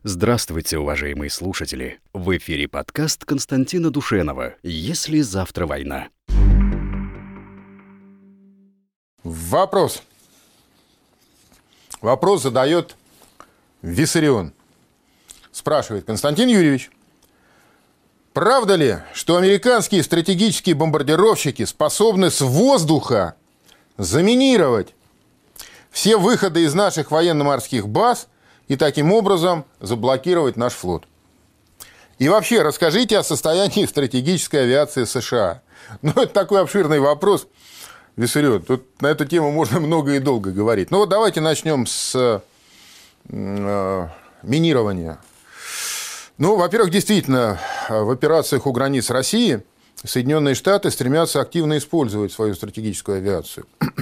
Здравствуйте, уважаемые слушатели! В эфире подкаст Константина Душенова «Если завтра война». Вопрос задает Виссарион. Спрашивает: Константин Юрьевич, правда ли, что американские стратегические бомбардировщики способны с воздуха заминировать все выходы из наших военно-морских баз и таким образом заблокировать наш флот? И вообще, расскажите о состоянии стратегической авиации США. Ну, это такой обширный вопрос, Виссарион. Тут на эту тему можно много и долго говорить. Ну, вот давайте начнем с минирования. Ну, во-первых, действительно, в операциях у границ России Соединенные Штаты стремятся активно использовать свою стратегическую авиацию.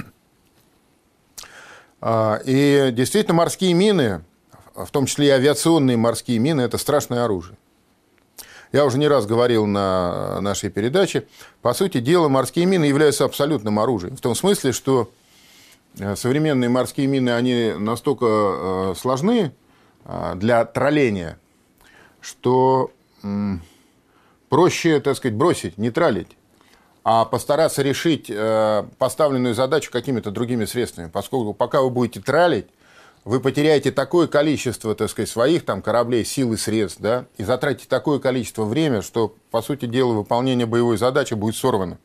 И действительно, морские мины, в том числе и авиационные морские мины, это страшное оружие. Я уже не раз говорил на нашей передаче, по сути дела, морские мины являются абсолютным оружием. В том смысле, что современные морские мины, они настолько сложны для тролления, что проще, так сказать, бросить, не троллить, а постараться решить поставленную задачу какими-то другими средствами. Поскольку пока вы будете троллить, вы потеряете такое количество, так сказать, своих там кораблей, сил и средств, да, и затратите такое количество времени, что, по сути дела, выполнение боевой задачи будет сорвано.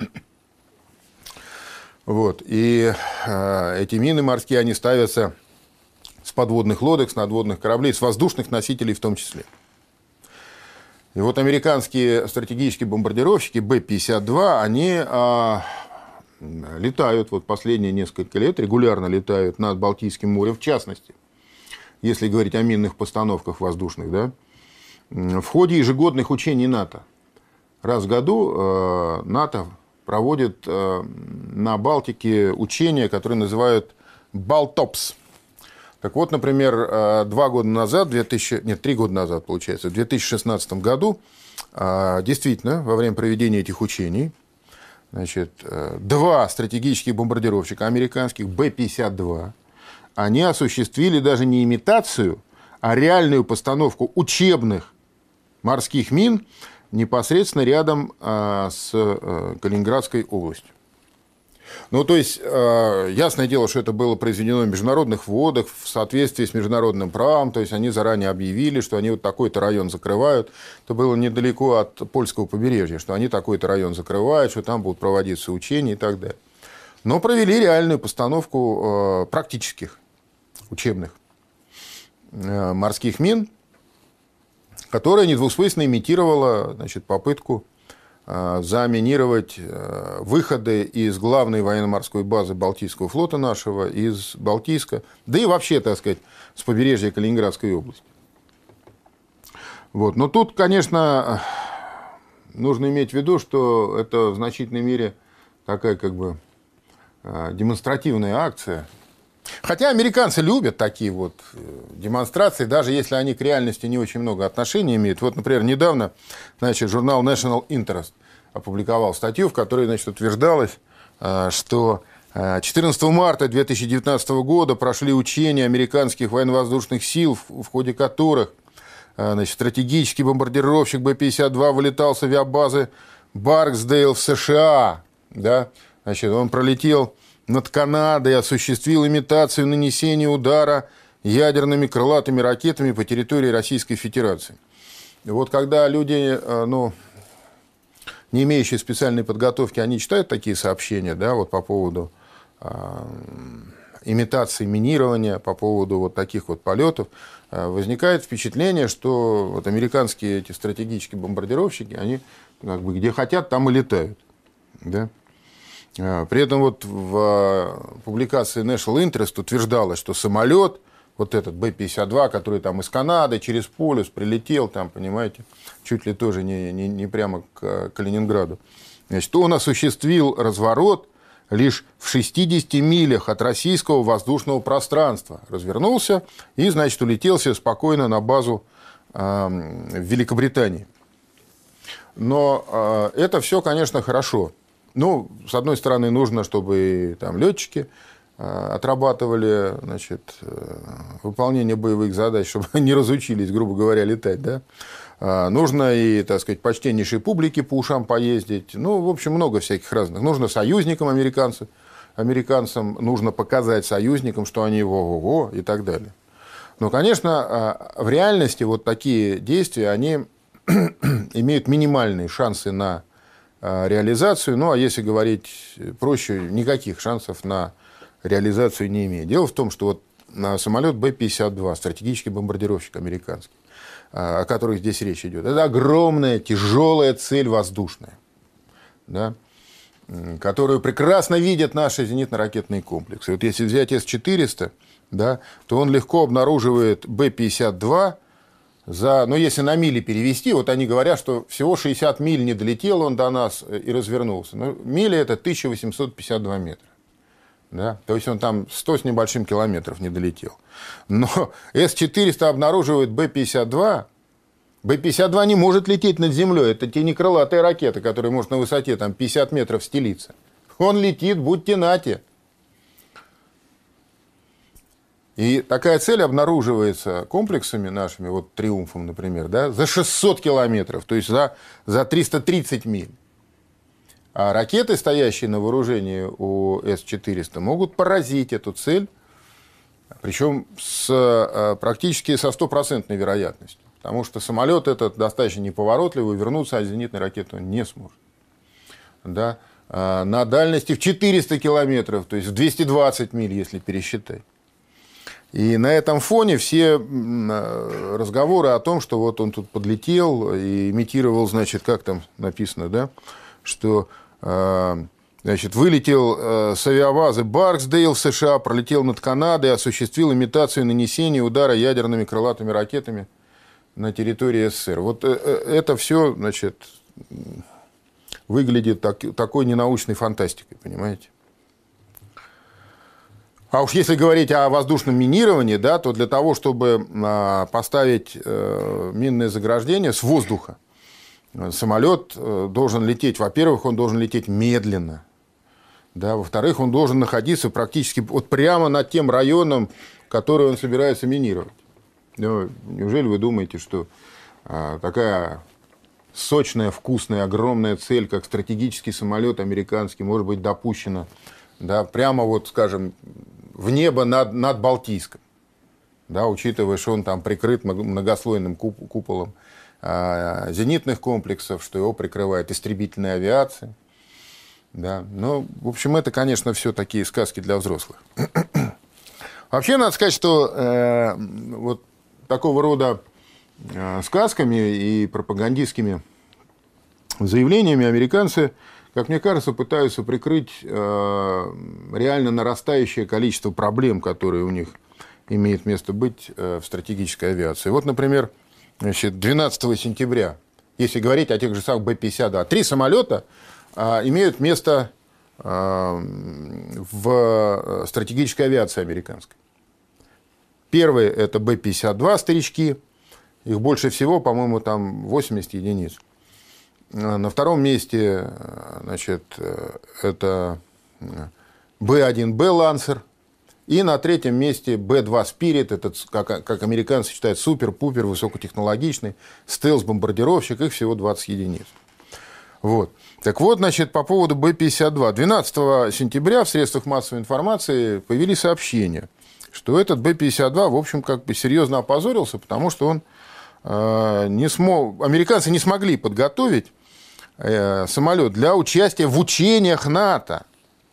Вот. И эти мины морские, они ставятся с подводных лодок, с надводных кораблей, с воздушных носителей в том числе. И вот американские стратегические бомбардировщики Б-52, они летают вот последние несколько лет, регулярно летают над Балтийским морем, в частности, если говорить о минных постановках воздушных, да, в ходе ежегодных учений НАТО. Раз в году НАТО проводит на Балтике учения, которые называют «Балтопс». Так вот, например, 3 года назад, получается, в 2016 году, действительно, во время проведения этих учений, значит, 2 стратегических бомбардировщика американских Б-52, они осуществили даже не имитацию, а реальную постановку учебных морских мин непосредственно рядом с Калининградской областью. Ну, то есть, ясное дело, что это было произведено в международных водах, в соответствии с международным правом, то есть, они заранее объявили, что они вот такой-то район закрывают. Это было недалеко от польского побережья, что они такой-то район закрывают, что там будут проводиться учения и так далее. Но провели реальную постановку практических, учебных морских мин, которая недвусмысленно имитировала, значит, попытку заминировать выходы из главной военно-морской базы Балтийского флота нашего, из Балтийска, да и вообще, так сказать, с побережья Калининградской области. Вот. Но тут, конечно, нужно иметь в виду, что это в значительной мере такая как бы демонстративная акция. Хотя американцы любят такие вот демонстрации, даже если они к реальности не очень много отношения имеют. Вот, например, недавно, значит, журнал National Interest опубликовал статью, в которой, значит, утверждалось, что 14 марта 2019 года прошли учения американских военно-воздушных сил, в ходе которых, значит, стратегический бомбардировщик Б-52 вылетал с авиабазы Барксдейл в США. Да? Значит, он пролетел над Канадой, осуществил имитацию нанесения удара ядерными крылатыми ракетами по территории Российской Федерации. И вот когда люди, ну, не имеющие специальной подготовки, они читают такие сообщения, да, вот по поводу имитации минирования, по поводу вот таких вот полетов, возникает впечатление, что вот американские эти стратегические бомбардировщики, они как бы где хотят, там и летают. Да? При этом вот в публикации National Interest утверждалось, что самолет, вот этот Б-52, который там из Канады через полюс прилетел, там, понимаете, чуть ли тоже не прямо к Калининграду, значит, он осуществил разворот лишь в 60 милях от российского воздушного пространства. Развернулся и, значит, улетел себе спокойно на базу в Великобритании. Но это все, конечно, хорошо. Ну, с одной стороны, нужно, чтобы там летчики отрабатывали, значит, выполнение боевых задач, чтобы не разучились, грубо говоря, летать, да. Нужно и, так сказать, почтеннейшей публике по ушам поездить. Ну, в общем, много всяких разных. Нужно союзникам американцам нужно показать союзникам, что они ого-го и так далее. Но, конечно, в реальности вот такие действия, они имеют минимальные шансы на реализацию. Ну, а если говорить проще, никаких шансов на реализацию не имеет. Дело в том, что вот самолет Б-52, стратегический бомбардировщик американский, о которых здесь речь идет, это огромная, тяжелая цель воздушная, да, которую прекрасно видят наши зенитно-ракетные комплексы. Вот если взять С-400, да, то он легко обнаруживает Б-52 за, ну, если на мили перевести, вот они говорят, что всего 60 миль не долетел он до нас и развернулся. Но мили – это 1852 метра. Да? То есть он там 100 с небольшим километров не долетел. Но С-400 обнаруживает Б-52. Б-52 не может лететь над землей. Это те не крылатые ракеты, которые может на высоте там, 50 метров стелиться. Он летит, будьте нате. И такая цель обнаруживается комплексами нашими, вот «Триумфом», например, да, за 600 километров, то есть за 330 миль. А ракеты, стоящие на вооружении у С-400, могут поразить эту цель, причем практически со 100% вероятностью. Потому что самолет этот достаточно неповоротливый, вернуться от зенитной ракеты он не сможет. Да? На дальности в 400 километров, то есть в 220 миль, если пересчитать. И на этом фоне все разговоры о том, что вот он тут подлетел и имитировал, значит, как там написано, да, что, значит, вылетел с авиабазы Барксдейл в США, пролетел над Канадой, осуществил имитацию нанесения удара ядерными крылатыми ракетами на территории СССР. Вот это все, значит, выглядит такой ненаучной фантастикой, понимаете? А уж если говорить о воздушном минировании, да, то для того, чтобы поставить минное заграждение с воздуха, самолет должен лететь, во-первых, он должен лететь медленно, да, во-вторых, он должен находиться практически вот прямо над тем районом, который он собирается минировать. Ну, неужели вы думаете, что такая сочная, вкусная, огромная цель, как стратегический самолет американский, может быть допущена, да, прямо вот, скажем, в небо над Балтийском, да, учитывая, что он там прикрыт многослойным куполом зенитных комплексов, что его прикрывает истребительная авиация. Да. Ну, в общем, это, конечно, все такие сказки для взрослых. Вообще, надо сказать, что вот такого рода сказками и пропагандистскими заявлениями американцы, как мне кажется, пытаются прикрыть реально нарастающее количество проблем, которые у них имеют место быть в стратегической авиации. Вот, например, 12 сентября, если говорить о тех же самых Б-52, 3 самолета имеют место в стратегической авиации американской. Первый – это Б-52 старички, их больше всего, по-моему, там 80 единиц. На втором месте, значит, это Б-1Б «Лансер». И на третьем месте Б-2 «Спирит». Это, как американцы считают, супер-пупер, высокотехнологичный стелс-бомбардировщик. Их всего 20 единиц. Вот. Так вот, значит, по поводу Б-52. 12 сентября в средствах массовой информации появились сообщения, что этот Б-52, в общем, как бы серьезно опозорился, потому что он не смог... Американцы не смогли подготовить самолет для участия в учениях НАТО.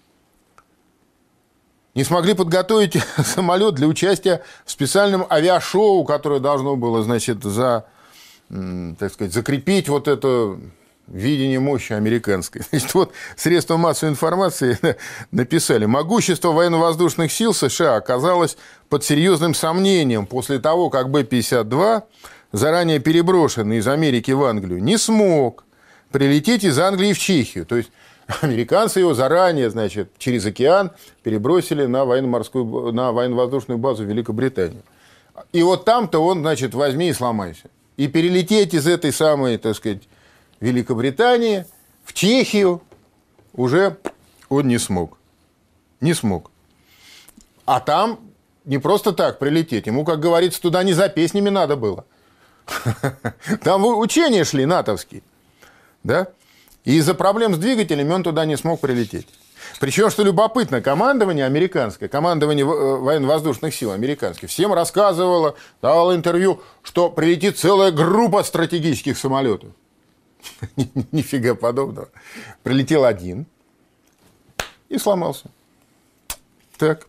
Не смогли подготовить самолет для участия в специальном авиашоу, которое должно было, значит, так сказать, закрепить вот это видение мощи американской. Значит, вот средства массовой информации написали: могущество военно-воздушных сил США оказалось под серьезным сомнением после того, как Б-52, заранее переброшенный из Америки в Англию, не смог прилететь из Англии в Чехию. То есть американцы его заранее, значит, через океан перебросили на военно-воздушную базу в Великобританию. И вот там-то он, значит, возьми и сломайся. И перелететь из этой самой, так сказать, Великобритании в Чехию уже он не смог. Не смог. А там не просто так прилететь. Ему, как говорится, туда не за песнями надо было. Там учения шли натовские. Да? И из-за проблем с двигателями он туда не смог прилететь. Причем, что любопытно, командование американское, командование военно-воздушных сил американских всем рассказывало, давало интервью, что прилетит целая группа стратегических самолетов. Нифига подобного. Прилетел один и сломался. Так.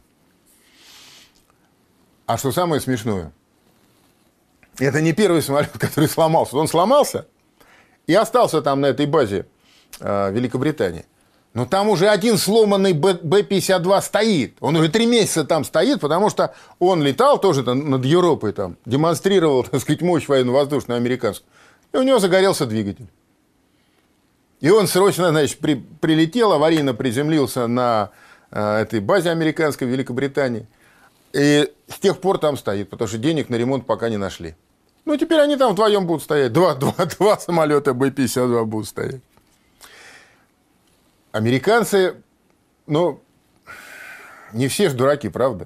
А что самое смешное? Это не первый самолет, который сломался. Он сломался и остался там на этой базе Великобритании. Но там уже один сломанный Б-52 стоит. Он уже 3 месяца там стоит, потому что он летал тоже над Европой, там, демонстрировал, так сказать, мощь военно-воздушную американскую. И у него загорелся двигатель. И он срочно, значит, прилетел, аварийно приземлился на этой базе американской в Великобритании. И с тех пор там стоит, потому что денег на ремонт пока не нашли. Ну, теперь они там вдвоем будут стоять. Два самолета Б-52 будут стоять. Американцы, ну, не все же дураки, правда?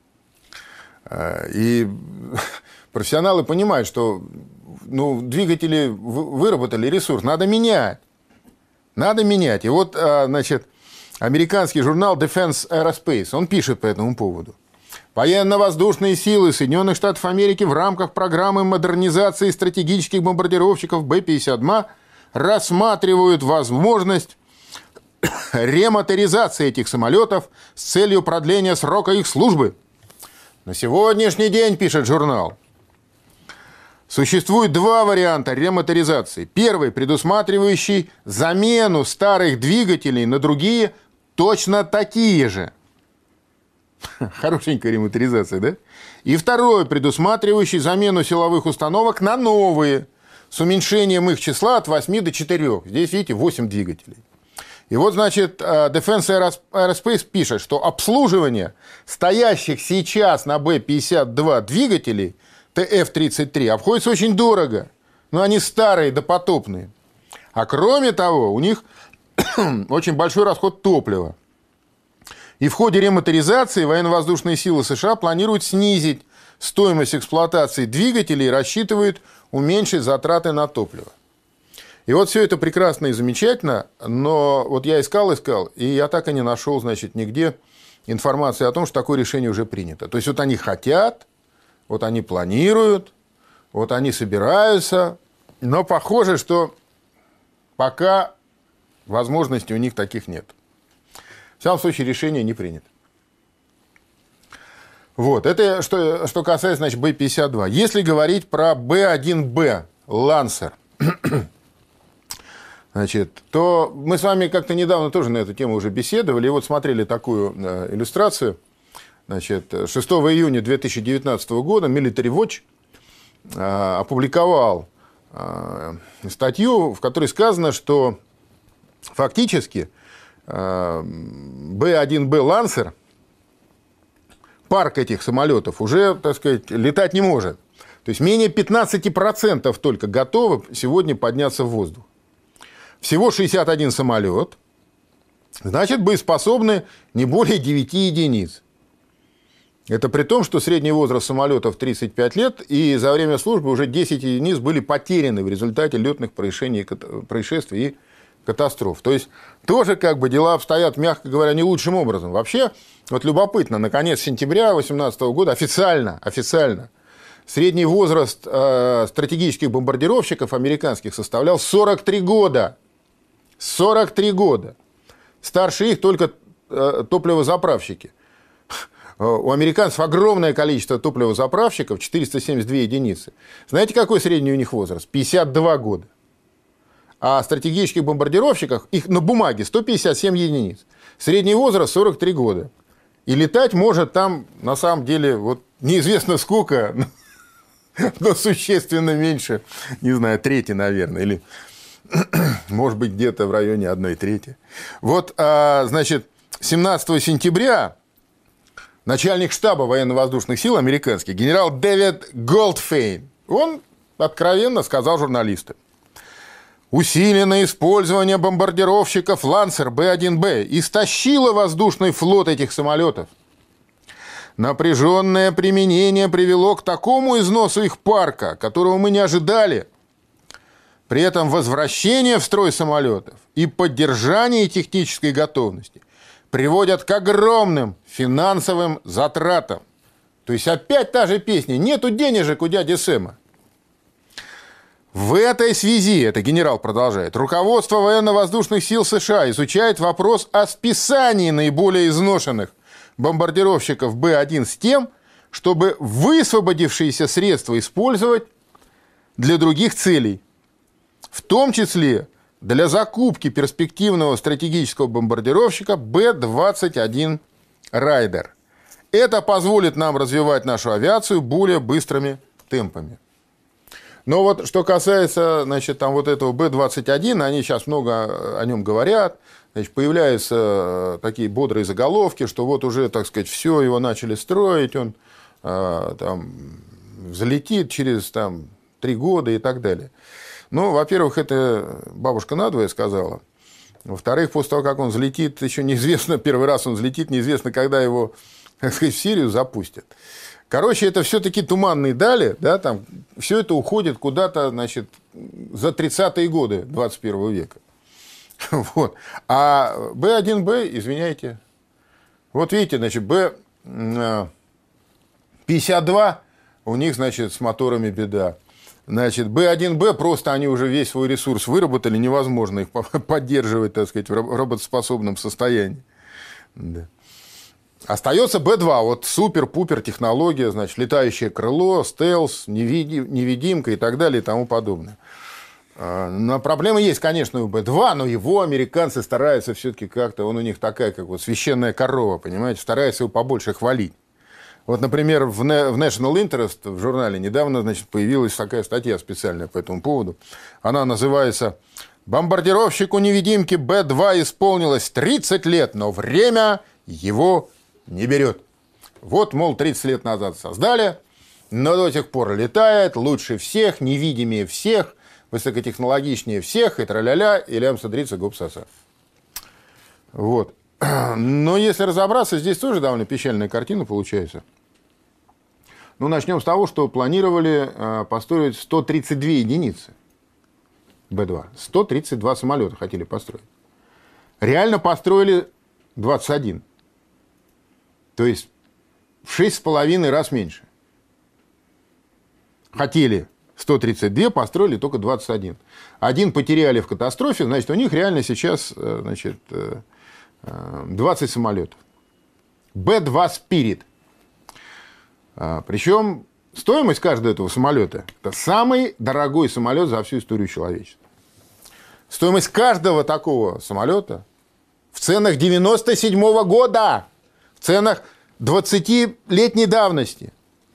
И профессионалы понимают, что двигатели выработали ресурс, надо менять. Надо менять. И вот, значит, американский журнал Defense Aerospace, он пишет по этому поводу. Военно-воздушные силы Соединенных Штатов Америки в рамках программы модернизации стратегических бомбардировщиков Б-52 рассматривают возможность ремоторизации этих самолетов с целью продления срока их службы. На сегодняшний день, пишет журнал, существует 2 варианта ремоторизации. Первый, предусматривающий замену старых двигателей на другие точно такие же. Хорошенькая ремоторизация, да? И второй, предусматривающий замену силовых установок на новые, с уменьшением их числа от 8 до 4. Здесь, видите, 8 двигателей. И вот, значит, Defense Aerospace пишет, что обслуживание стоящих сейчас на Б-52 двигателей ТФ-33 обходится очень дорого. Но они старые, допотопные. А кроме того, у них очень большой расход топлива. И в ходе ремоторизации военно-воздушные силы США планируют снизить стоимость эксплуатации двигателей и рассчитывают уменьшить затраты на топливо. И вот все это прекрасно и замечательно, но вот я искал, и я так и не нашел, значит, нигде информации о том, что такое решение уже принято. То есть вот они хотят, вот они планируют, вот они собираются, но похоже, что пока возможностей у них таких нет. В всяком случае, решение не принято. Вот, это что касается, значит, Б-52. Если говорить про Б-1Б, Лансер, значит, то мы с вами как-то недавно тоже на эту тему уже беседовали, и вот смотрели такую иллюстрацию. Значит, 6 июня 2019 года Military Watch опубликовал статью, в которой сказано, что фактически Б-1Б Лансер, парк этих самолетов уже, так сказать, летать не может. То есть менее 15% только готовы сегодня подняться в воздух. Всего 61 самолет, значит, боеспособны не более 9 единиц. Это при том, что средний возраст самолетов 35 лет, и за время службы уже 10 единиц были потеряны в результате летных происшествий и катастроф. То есть тоже как бы дела обстоят, мягко говоря, не лучшим образом. Вообще, вот любопытно, на конец сентября 2018 года официально средний возраст стратегических бомбардировщиков американских составлял 43 года. 43 года. Старше их только топливозаправщики. У американцев огромное количество топливозаправщиков, 472 единицы. Знаете, какой средний у них возраст? 52 года. А стратегических бомбардировщиках, их на бумаге 157 единиц. Средний возраст 43 года. И летать может там, на самом деле, вот неизвестно сколько, но существенно меньше, не знаю, трети, наверное, или, может быть, где-то в районе 1/3. Вот, значит, 17 сентября начальник штаба военно-воздушных сил американских, генерал Дэвид Голдфейн, он откровенно сказал журналистам: усиленное использование бомбардировщиков «Лансер» Б-1Б истощило воздушный флот этих самолетов. Напряженное применение привело к такому износу их парка, которого мы не ожидали. При этом возвращение в строй самолетов и поддержание технической готовности приводят к огромным финансовым затратам. То есть опять та же песня «Нету денежек у дяди Сэма». В этой связи, это генерал продолжает, руководство военно-воздушных сил США изучает вопрос о списании наиболее изношенных бомбардировщиков Б-1 с тем, чтобы высвободившиеся средства использовать для других целей, в том числе для закупки перспективного стратегического бомбардировщика Б-21 «Райдер». Это позволит нам развивать нашу авиацию более быстрыми темпами. Но вот что касается, значит, там вот этого Б-21, они сейчас много о нем говорят, значит, появляются такие бодрые заголовки, что вот уже, так сказать, все, его начали строить, он там взлетит через 3 года и так далее. Ну, во-первых, это бабушка надвое сказала. Во-вторых, после того, как он взлетит, еще неизвестно, первый раз он взлетит, неизвестно, когда его, так сказать, в Сирию запустят. Короче, это все-таки туманные дали, да, там все это уходит куда-то, значит, за 30-е годы 21 века. Вот. А Б-1Б, извиняйте, вот видите, значит, Б-52, у них, значит, с моторами беда. Значит, Б-1Б, просто они уже весь свой ресурс выработали, невозможно их поддерживать, так сказать, в работоспособном состоянии. Да. Остается Б-2, вот супер-пупер технология, значит, летающее крыло, стелс, невидимка и так далее и тому подобное. Но проблемы есть, конечно, у Б-2, но его американцы стараются все-таки как-то, он у них такая, как вот священная корова, понимаете, стараются его побольше хвалить. Вот, например, в National Interest в журнале недавно, значит, появилась такая статья специальная по этому поводу. Она называется «Бомбардировщику невидимки Б-2 исполнилось 30 лет, но время его не берет». Вот, мол, 30 лет назад создали, но до сих пор летает, лучше всех, невидимее всех, высокотехнологичнее всех, и тра-ля-ля, и лям-садрица, гоп-соса. Вот. Но если разобраться, здесь тоже довольно печальная картина получается. Ну, начнем с того, что планировали построить 132 единицы Б-2. 132 самолета хотели построить. Реально построили 21. То есть в 6,5 раз меньше. Хотели 132, построили только 21. Один потеряли в катастрофе, значит, у них реально сейчас, значит, 20 самолетов. Б-2 Spirit. Причем стоимость каждого этого самолета – это самый дорогой самолет за всю историю человечества. Стоимость каждого такого самолета в ценах 97-го года, в ценах 20-летней давности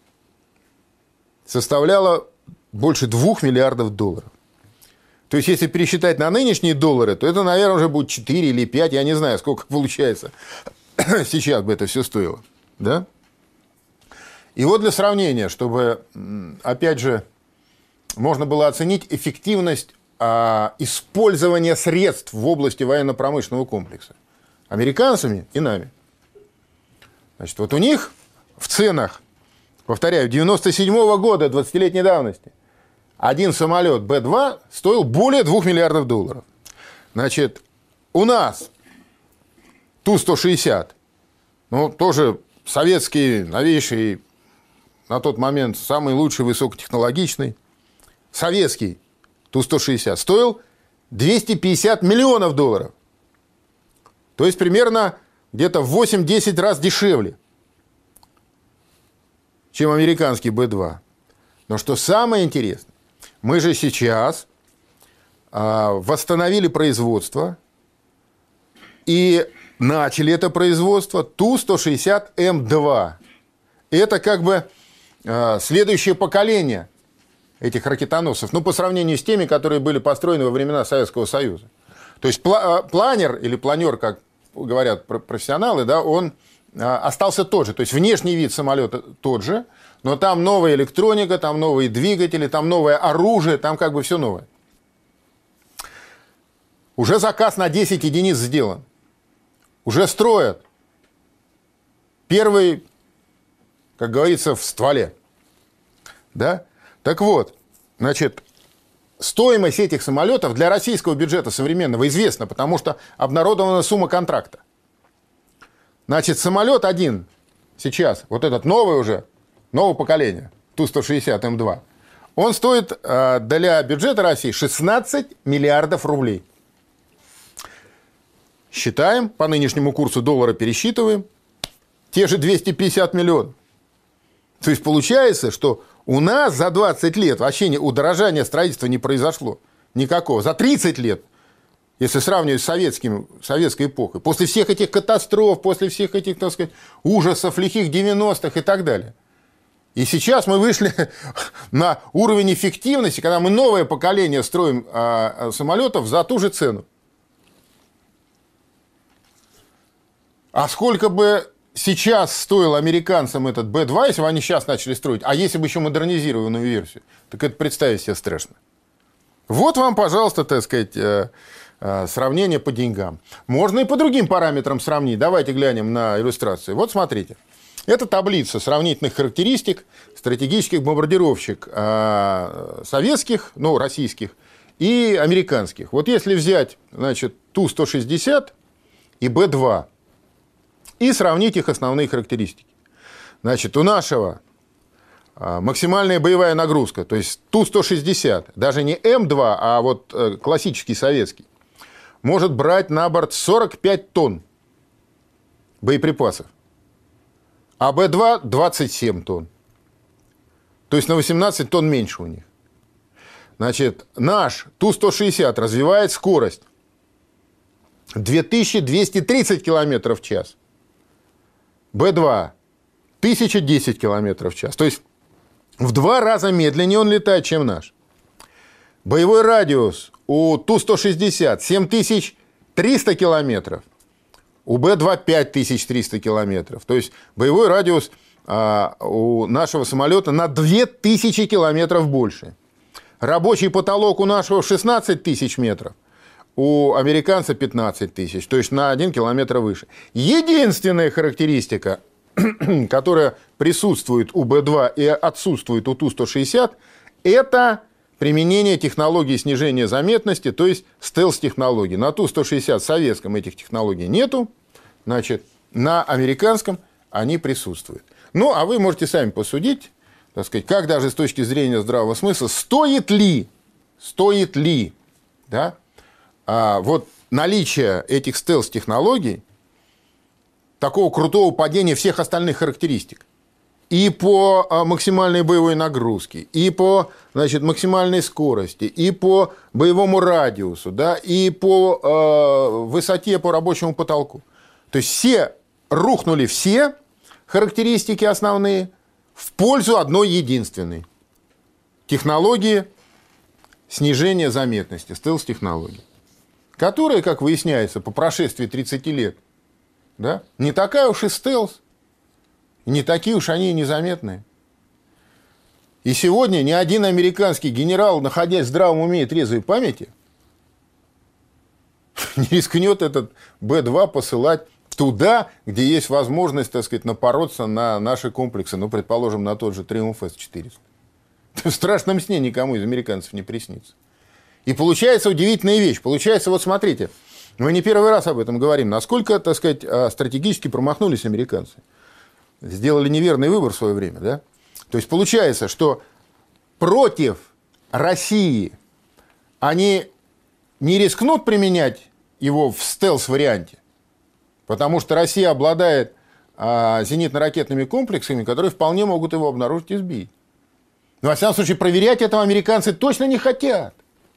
составляла больше 2 миллиардов долларов. То есть, если пересчитать на нынешние доллары, то это, наверное, уже будет 4 или 5, я не знаю, сколько получается. Сейчас бы это все стоило. Да? И вот для сравнения, чтобы, опять же, можно было оценить эффективность использования средств в области военно-промышленного комплекса американцами и нами. Значит, вот у них в ценах, повторяю, 97-го года, 20-летней давности, один самолет Б-2 стоил более 2 миллиардов долларов. Значит, у нас Ту-160, ну, тоже советский, новейший, на тот момент самый лучший, высокотехнологичный, советский Ту-160 стоил 250 миллионов долларов. То есть, примерно где-то в 8-10 раз дешевле, чем американский Б-2. Но что самое интересное, мы же сейчас восстановили производство и начали это производство Ту-160М2. Это как бы следующее поколение этих ракетоносцев, ну, по сравнению с теми, которые были построены во времена Советского Союза. То есть планер или планер, как говорят профессионалы, да, он остался тот же. То есть внешний вид самолета тот же, но там новая электроника, там новые двигатели, там новое оружие, там как бы все новое. Уже заказ на 10 единиц сделан. Уже строят первый как говорится, в стволе. Да? Так вот, значит, стоимость этих самолетов для российского бюджета современного известна, потому что обнародована сумма контракта. Значит, самолет один сейчас, вот этот новый уже, нового поколения, Ту-160М2, он стоит для бюджета России 16 миллиардов рублей. Считаем, по нынешнему курсу доллара пересчитываем, те же 250 миллионов. То есть получается, что у нас за 20 лет вообще удорожания строительства не произошло никакого. За 30 лет, если сравнивать с советской эпохой, после всех этих катастроф, после всех этих, так сказать, ужасов лихих 90-х и так далее. И сейчас мы вышли на уровень эффективности, когда мы новое поколение строим самолетов за ту же цену. А сколько бы сейчас стоил американцам этот Б-2, если бы они сейчас начали строить, а если бы еще модернизированную версию, так это представить себе страшно. Вот вам, пожалуйста, так сказать, сравнение по деньгам. Можно и по другим параметрам сравнить. Давайте глянем на иллюстрацию. Вот смотрите. Это таблица сравнительных характеристик стратегических бомбардировщик советских, ну, российских и американских. Вот если взять, значит, Ту-160 и Б-2 и сравнить их основные характеристики. Значит, у нашего максимальная боевая нагрузка, то есть Ту-160, даже не М2, а вот классический советский, может брать на борт 45 тонн боеприпасов. А Б-2 27 тонн. То есть на 18 тонн меньше у них. Значит, наш Ту-160 развивает скорость 2230 км в час. Б-2 1010 км в час. То есть в 2 раза медленнее он летает, чем наш. Боевой радиус у Ту-160 7300 километров. У Б-2 5300 километров. То есть боевой радиус у нашего самолета на 2000 километров больше. Рабочий потолок у нашего 16 тысяч метров. У американца 15 тысяч. То есть на 1 километр выше. Единственная характеристика, которая присутствует у Б-2 и отсутствует у Ту-160, это применение технологии снижения заметности, то есть стелс-технологий. На Ту-160 советском этих технологий нету, значит, на американском они присутствуют. Ну, а вы можете сами посудить, так сказать, как даже с точки зрения здравого смысла, стоит ли, да, вот наличие этих стелс-технологий такого крутого падения всех остальных характеристик. И по максимальной боевой нагрузке, и по, значит, максимальной скорости, и по боевому радиусу, да, и по высоте, по рабочему потолку. То есть рухнули все характеристики основные в пользу одной единственной. Технологии снижения заметности, стелс-технологии. Которая, как выясняется, по прошествии 30 лет, да, не такая уж и стелс. Не такие уж они и незаметные. И сегодня ни один американский генерал, находясь в здравом уме и трезвой памяти, не рискнет этот Б-2 посылать туда, где есть возможность, так сказать, напороться на наши комплексы, ну, предположим, на тот же Триумф С-400. В страшном сне никому из американцев не приснится. И получается удивительная вещь. Получается, вот смотрите, мы не первый раз об этом говорим, насколько, так сказать, стратегически промахнулись американцы. Сделали неверный выбор в свое время, да? То есть получается, что против России они не рискнут применять его в стелс-варианте, потому что Россия обладает зенитно-ракетными комплексами, которые вполне могут его обнаружить и сбить. Но, во всяком случае, проверять этого американцы точно не хотят.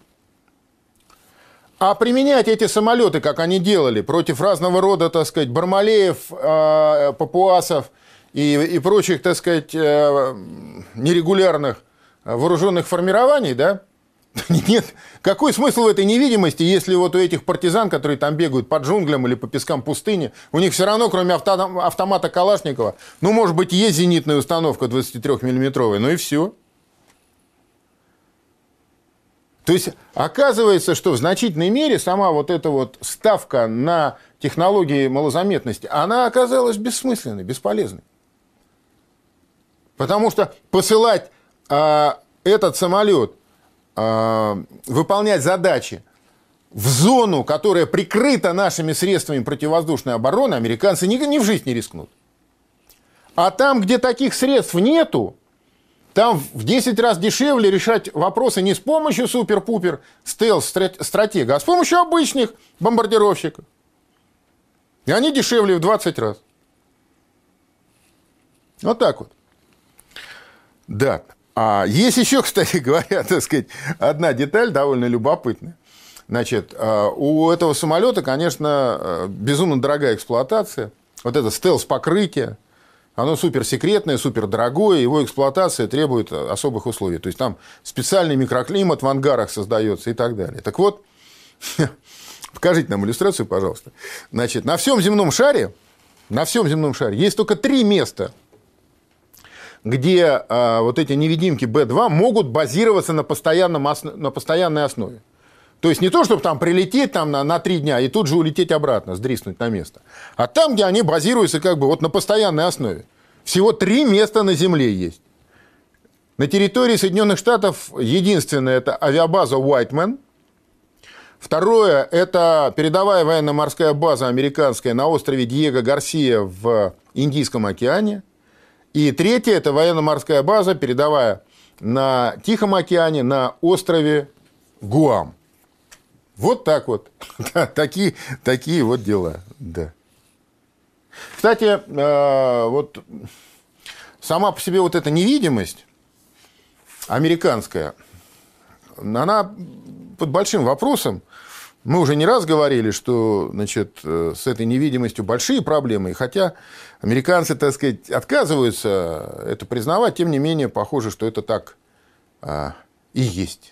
А применять эти самолеты, как они делали, против разного рода, так сказать, бармалеев, папуасов и прочих, так сказать, нерегулярных вооруженных формирований, да? Нет, какой смысл в этой невидимости, если вот у этих партизан, которые там бегают по джунглям или по пескам пустыни, у них все равно, кроме автомата Калашникова, ну, может быть, есть зенитная установка 23-миллиметровая, ну и все. То есть, оказывается, что в значительной мере сама вот эта вот ставка на технологии малозаметности, она оказалась бессмысленной, бесполезной. Потому что посылать этот самолет выполнять задачи в зону, которая прикрыта нашими средствами противовоздушной обороны, американцы ни в жизнь не рискнут. А там, где таких средств нету, там в 10 раз дешевле решать вопросы не с помощью супер-пупер стелс-стратега, а с помощью обычных бомбардировщиков. И они дешевле в 20 раз. Вот так вот. Да. А есть еще, кстати говоря, так сказать, одна деталь довольно любопытная. Значит, у этого самолета, конечно, безумно дорогая эксплуатация. Вот это стелс-покрытие. Оно суперсекретное, супердорогое, его эксплуатация требует особых условий. То есть там специальный микроклимат в ангарах создается и так далее. Так вот, покажите нам иллюстрацию, пожалуйста. Значит, на всем земном шаре есть только 3 места, где вот эти невидимки Б-2 могут базироваться на постоянной основе. То есть не то, чтобы там прилететь там, на 3 дня и тут же улететь обратно, сдриснуть на место. А там, где они базируются как бы вот на постоянной основе. Всего 3 места на Земле есть. На территории Соединенных Штатов единственное – это авиабаза Уайтмен. Второе – это передовая военно-морская база американская на острове Диего Гарсия в Индийском океане. И третье – это военно-морская база, передовая на Тихом океане на острове Гуам. Вот так вот. Такие вот дела. Да. Кстати, вот сама по себе вот эта невидимость американская, она под большим вопросом. Мы уже не раз говорили, что, значит, с этой невидимостью большие проблемы. И хотя американцы, так сказать, отказываются это признавать, тем не менее, похоже, что это так и есть.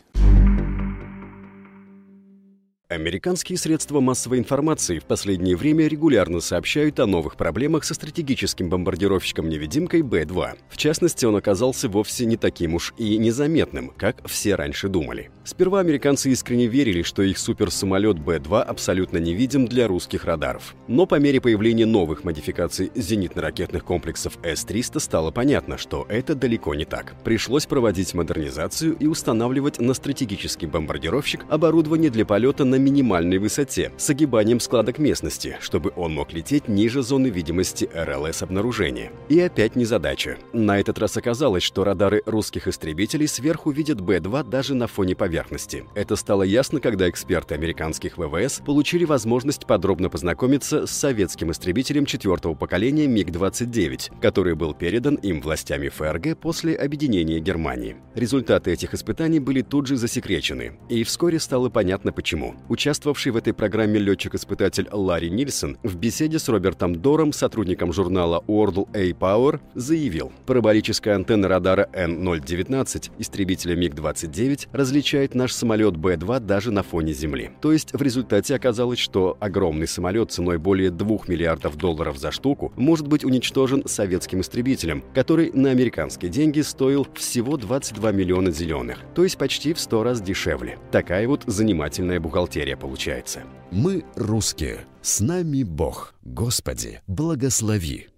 Американские средства массовой информации в последнее время регулярно сообщают о новых проблемах со стратегическим бомбардировщиком-невидимкой Б-2. В частности, он оказался вовсе не таким уж и незаметным, как все раньше думали. Сперва американцы искренне верили, что их суперсамолет Б-2 абсолютно невидим для русских радаров. Но по мере появления новых модификаций зенитно-ракетных комплексов С-300 стало понятно, что это далеко не так. Пришлось проводить модернизацию и устанавливать на стратегический бомбардировщик оборудование для полета на минимальной высоте, с огибанием складок местности, чтобы он мог лететь ниже зоны видимости РЛС обнаружения. И опять незадача. На этот раз оказалось, что радары русских истребителей сверху видят Б-2 даже на фоне поверхности. Это стало ясно, когда эксперты американских ВВС получили возможность подробно познакомиться с советским истребителем 4-го поколения МиГ-29, который был передан им властями ФРГ после объединения Германии. Результаты этих испытаний были тут же засекречены, и вскоре стало понятно почему. Участвовавший в этой программе летчик-испытатель Ларри Нильсон в беседе с Робертом Дором, сотрудником журнала World A-Power, заявил: параболическая антенна радара N019 истребителя МиГ-29 различает наш самолет Б-2 даже на фоне Земли. То есть в результате оказалось, что огромный самолет ценой более $2 миллиардов за штуку может быть уничтожен советским истребителем, который на американские деньги стоил всего 22 миллиона зеленых, то есть почти в 100 раз дешевле. Такая вот занимательная бухгалтерия получается. Мы русские, с нами Бог. Господи, благослови.